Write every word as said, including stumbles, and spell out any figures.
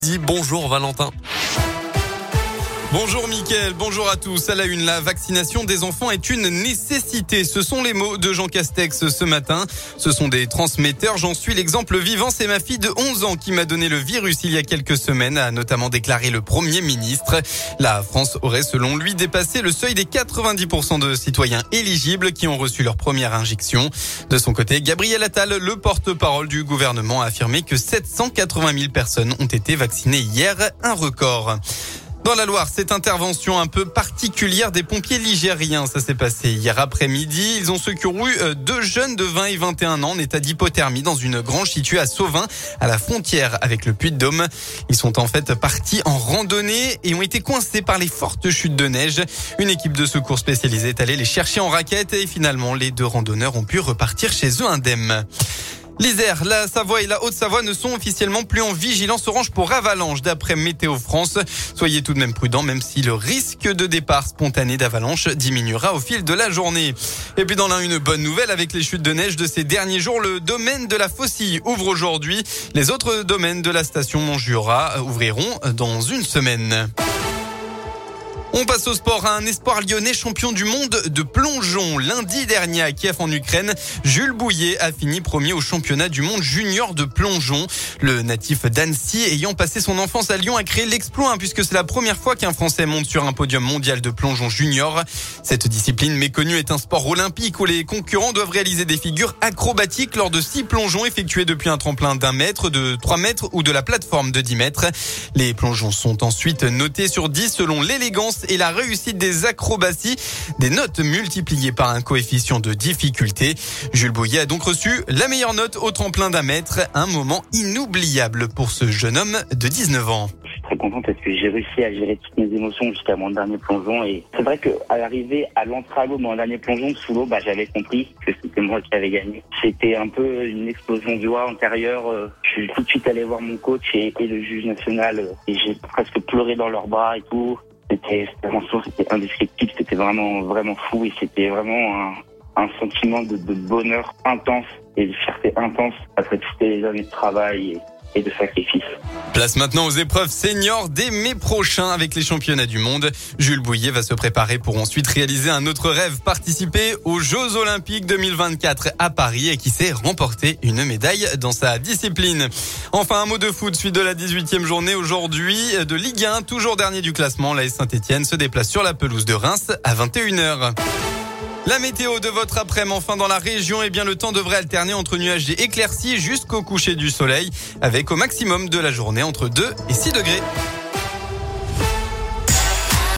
Dis bonjour Valentin. Bonjour Mickaël, bonjour à tous. À la une, la vaccination des enfants est une nécessité. Ce sont les mots de Jean Castex ce matin. Ce sont des transmetteurs. J'en suis l'exemple vivant. C'est ma fille de onze ans qui m'a donné le virus il y a quelques semaines, a notamment déclaré le Premier ministre. La France aurait, selon lui, dépassé le seuil des quatre-vingt-dix pour cent de citoyens éligibles qui ont reçu leur première injection. De son côté, Gabriel Attal, le porte-parole du gouvernement, a affirmé que sept cent quatre-vingt mille personnes ont été vaccinées hier, un record. Dans la Loire, cette intervention un peu particulière des pompiers ligériens, ça s'est passé hier après-midi. Ils ont secouru deux jeunes de vingt et vingt et un ans en état d'hypothermie dans une grange située à Sauvin, à la frontière avec le Puy-de-Dôme. Ils sont en fait partis en randonnée et ont été coincés par les fortes chutes de neige. Une équipe de secours spécialisée est allée les chercher en raquette et finalement les deux randonneurs ont pu repartir chez eux indemnes. L'Isère, la Savoie et la Haute-Savoie ne sont officiellement plus en vigilance orange pour avalanche d'après Météo France. Soyez tout de même prudents, même si le risque de départ spontané d'avalanche diminuera au fil de la journée. Et puis dans l'un, une bonne nouvelle avec les chutes de neige de ces derniers jours, le domaine de la Faucille ouvre aujourd'hui. Les autres domaines de la station Montjura ouvriront dans une semaine. On passe au sport. Un espoir lyonnais champion du monde de plongeon. Lundi dernier à Kiev en Ukraine, Jules Bouillet a fini premier au championnat du monde junior de plongeon. Le natif d'Annecy, ayant passé son enfance à Lyon, a créé l'exploit hein, puisque c'est la première fois qu'un Français monte sur un podium mondial de plongeon junior. Cette discipline méconnue est un sport olympique où les concurrents doivent réaliser des figures acrobatiques lors de six plongeons effectués depuis un tremplin d'un mètre, de trois mètres ou de la plateforme de dix mètres. Les plongeons sont ensuite notés sur dix selon l'élégance et la réussite des acrobaties, des notes multipliées par un coefficient de difficulté. Jules Bouillet a donc reçu la meilleure note au tremplin d'un mètre, un moment inoubliable pour ce jeune homme de dix-neuf ans. Je suis très content parce que j'ai réussi à gérer toutes mes émotions jusqu'à mon dernier plongeon et c'est vrai qu'à l'arrivée à l'entrago, mon dernier plongeon sous l'eau, bah, j'avais compris que c'était moi qui avais gagné. C'était un peu une explosion de joie intérieure. Je suis tout de suite allé voir mon coach et, et le juge national et j'ai presque pleuré dans leurs bras et tout. C'était, c'était indescriptible, c'était vraiment, vraiment fou et c'était vraiment un, un sentiment de, de bonheur intense et de fierté intense après toutes les années de travail et, et de sacrifice. Place maintenant aux épreuves seniors dès mai prochain avec les championnats du monde. Jules Bouillet va se préparer pour ensuite réaliser un autre rêve, participer aux Jeux Olympiques deux mille vingt-quatre à Paris et qui sait remporter une médaille dans sa discipline. Enfin, un mot de foot, suite de la dix-huitième journée aujourd'hui de Ligue un, toujours dernier du classement. L'A S Saint-Etienne se déplace sur la pelouse de Reims à vingt et une heures. La météo de votre après-midi, enfin dans la région, eh bien le temps devrait alterner entre nuages et éclaircies jusqu'au coucher du soleil, avec au maximum de la journée entre deux et six degrés.